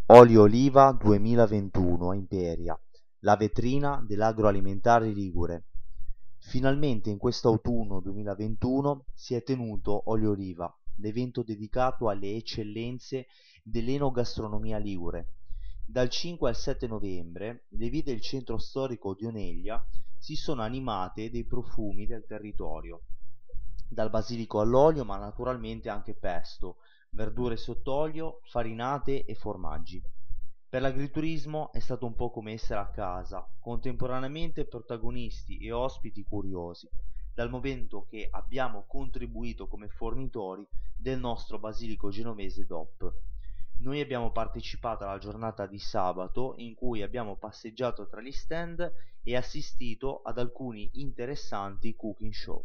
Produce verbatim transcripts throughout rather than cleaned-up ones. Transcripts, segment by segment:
Olio Oliva duemilaventuno a Imperia, la vetrina dell'agroalimentare ligure. Finalmente in quest'autunno duemilaventuno si è tenuto Olio Oliva, l'evento dedicato alle eccellenze dell'enogastronomia ligure. Dal cinque al sette novembre le vie del centro storico di Oneglia si sono animate dei profumi del territorio, dal basilico all'olio, ma naturalmente anche pesto, verdure sott'olio, farinate e formaggi. Per l'agriturismo è stato un po' come essere a casa, contemporaneamente protagonisti e ospiti curiosi, dal momento che abbiamo contribuito come fornitori del nostro basilico genovese D O P. Noi abbiamo partecipato alla giornata di sabato in cui abbiamo passeggiato tra gli stand e assistito ad alcuni interessanti cooking show.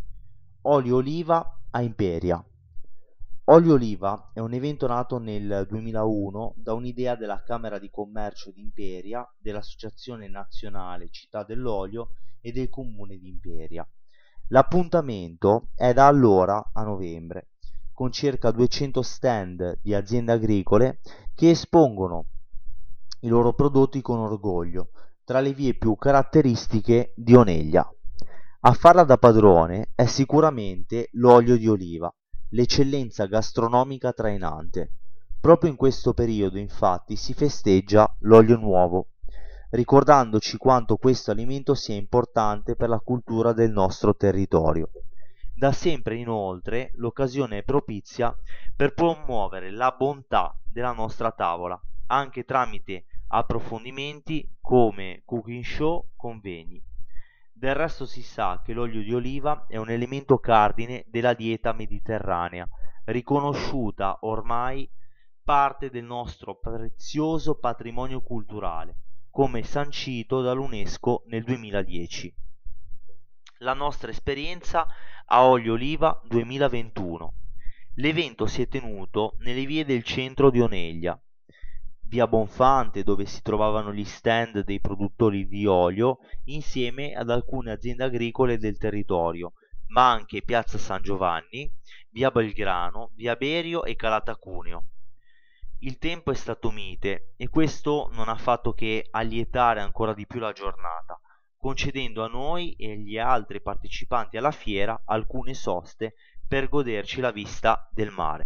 Olio Oliva a Imperia. Olio Oliva è un evento nato nel duemilauno da un'idea della Camera di Commercio di Imperia, dell'Associazione Nazionale Città dell'Olio e del Comune di Imperia. L'appuntamento è da allora a novembre, con circa duecento stand di aziende agricole che espongono i loro prodotti con orgoglio tra le vie più caratteristiche di Oneglia. A farla da padrone è sicuramente l'olio di oliva, l'eccellenza gastronomica trainante. Proprio in questo periodo, infatti, si festeggia l'olio nuovo, ricordandoci quanto questo alimento sia importante per la cultura del nostro territorio. Da sempre, inoltre, l'occasione è propizia per promuovere la bontà della nostra tavola, anche tramite approfondimenti come cooking show, convegni. Del resto si sa che l'olio di oliva è un elemento cardine della dieta mediterranea, riconosciuta ormai parte del nostro prezioso patrimonio culturale, come sancito dall'UNESCO nel duemiladieci. La nostra esperienza a Olio Oliva duemilaventuno. L'evento si è tenuto nelle vie del centro di Oneglia, via Bonfante, dove si trovavano gli stand dei produttori di olio insieme ad alcune aziende agricole del territorio, ma anche piazza San Giovanni, via Belgrano, via Berio e Calata Cuneo. Il tempo è stato mite e questo non ha fatto che allietare ancora di più la giornata, concedendo a noi e agli altri partecipanti alla fiera alcune soste per goderci la vista del mare.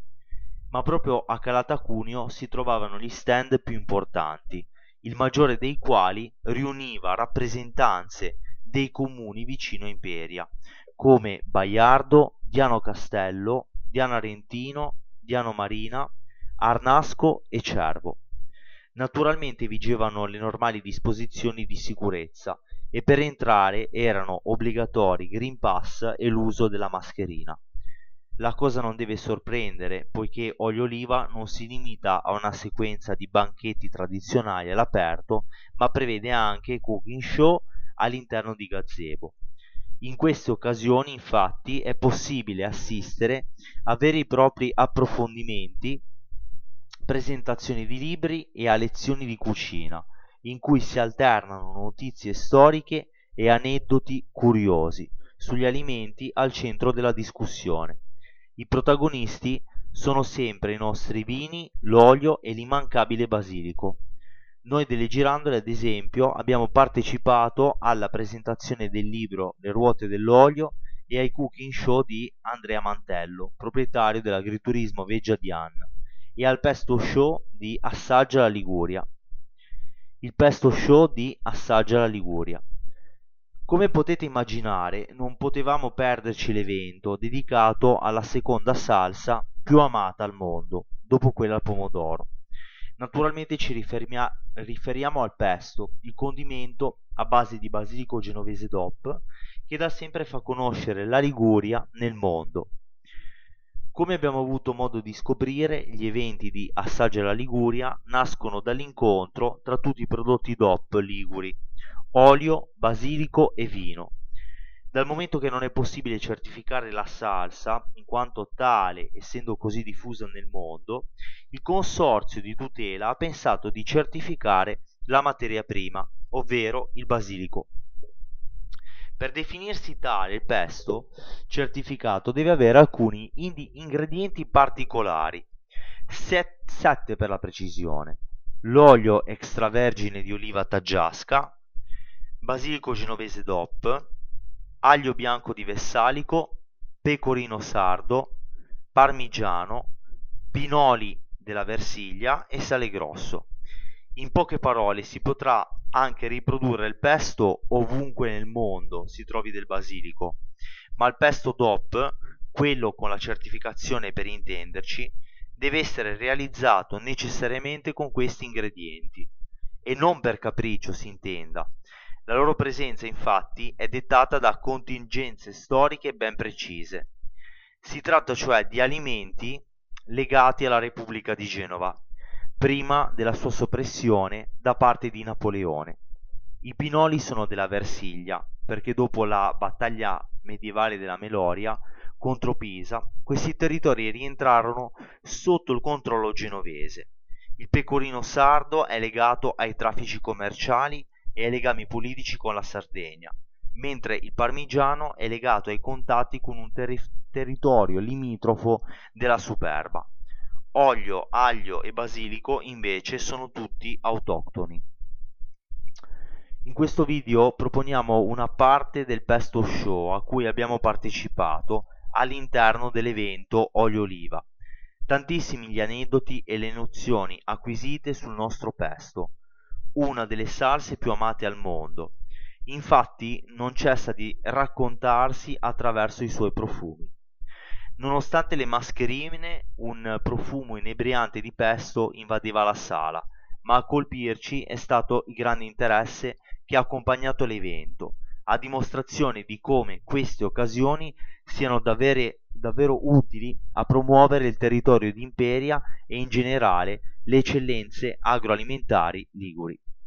Ma proprio a Calata Cuneo si trovavano gli stand più importanti, il maggiore dei quali riuniva rappresentanze dei comuni vicino a Imperia, come Baiardo, Diano Castello, Diano Arentino, Diano Marina, Arnasco e Cervo. Naturalmente vigevano le normali disposizioni di sicurezza e per entrare erano obbligatori Green Pass e l'uso della mascherina. La cosa non deve sorprendere, poiché Olio Oliva non si limita a una sequenza di banchetti tradizionali all'aperto, ma prevede anche cooking show all'interno di gazebo. In queste occasioni, infatti, è possibile assistere a veri e propri approfondimenti, presentazioni di libri e a lezioni di cucina, in cui si alternano notizie storiche e aneddoti curiosi sugli alimenti al centro della discussione. I protagonisti sono sempre i nostri vini, l'olio e l'immancabile basilico. Noi delle Girandole, ad esempio, abbiamo partecipato alla presentazione del libro Le ruote dell'olio e ai cooking show di Andrea Mantello, proprietario dell'agriturismo Veggia di Anna, e al pesto show di Assaggia la Liguria. Il pesto show di Assaggia la Liguria. Come potete immaginare, non potevamo perderci l'evento dedicato alla seconda salsa più amata al mondo, dopo quella al pomodoro. Naturalmente ci riferimia- riferiamo al pesto, il condimento a base di basilico genovese D O P, che da sempre fa conoscere la Liguria nel mondo. Come abbiamo avuto modo di scoprire, gli eventi di Assaggia la Liguria nascono dall'incontro tra tutti i prodotti D O P liguri, olio, basilico e vino. Dal momento che non è possibile certificare la salsa, in quanto tale, essendo così diffusa nel mondo, il consorzio di tutela ha pensato di certificare la materia prima, ovvero il basilico. Per definirsi tale, il pesto certificato deve avere alcuni indi- ingredienti particolari, sette sette per la precisione: l'olio extravergine di oliva taggiasca, basilico genovese D O P, aglio bianco di Vessalico, pecorino sardo, parmigiano, pinoli della Versilia e sale grosso. In poche parole, si potrà anche riprodurre il pesto ovunque nel mondo si trovi del basilico, ma il pesto D O P, quello con la certificazione per intenderci, deve essere realizzato necessariamente con questi ingredienti, e non per capriccio, si intenda. La loro presenza, infatti, è dettata da contingenze storiche ben precise. Si tratta cioè di alimenti legati alla Repubblica di Genova, prima della sua soppressione da parte di Napoleone. I pinoli sono della Versilia, perché dopo la battaglia medievale della Meloria contro Pisa, questi territori rientrarono sotto il controllo genovese. Il pecorino sardo è legato ai traffici commerciali e ai legami politici con la Sardegna, mentre il parmigiano è legato ai contatti con un ter- territorio limitrofo della Superba. Olio, aglio e basilico invece sono tutti autoctoni. In questo video proponiamo una parte del pesto show a cui abbiamo partecipato all'interno dell'evento Olio Oliva. Tantissimi gli aneddoti e le nozioni acquisite sul nostro pesto, una delle salse più amate al mondo. Infatti non cessa di raccontarsi attraverso i suoi profumi. Nonostante le mascherine, un profumo inebriante di pesto invadeva la sala, ma a colpirci è stato il grande interesse che ha accompagnato l'evento, a dimostrazione di come queste occasioni siano davvero, davvero utili a promuovere il territorio di Imperia e in generale le eccellenze agroalimentari liguri.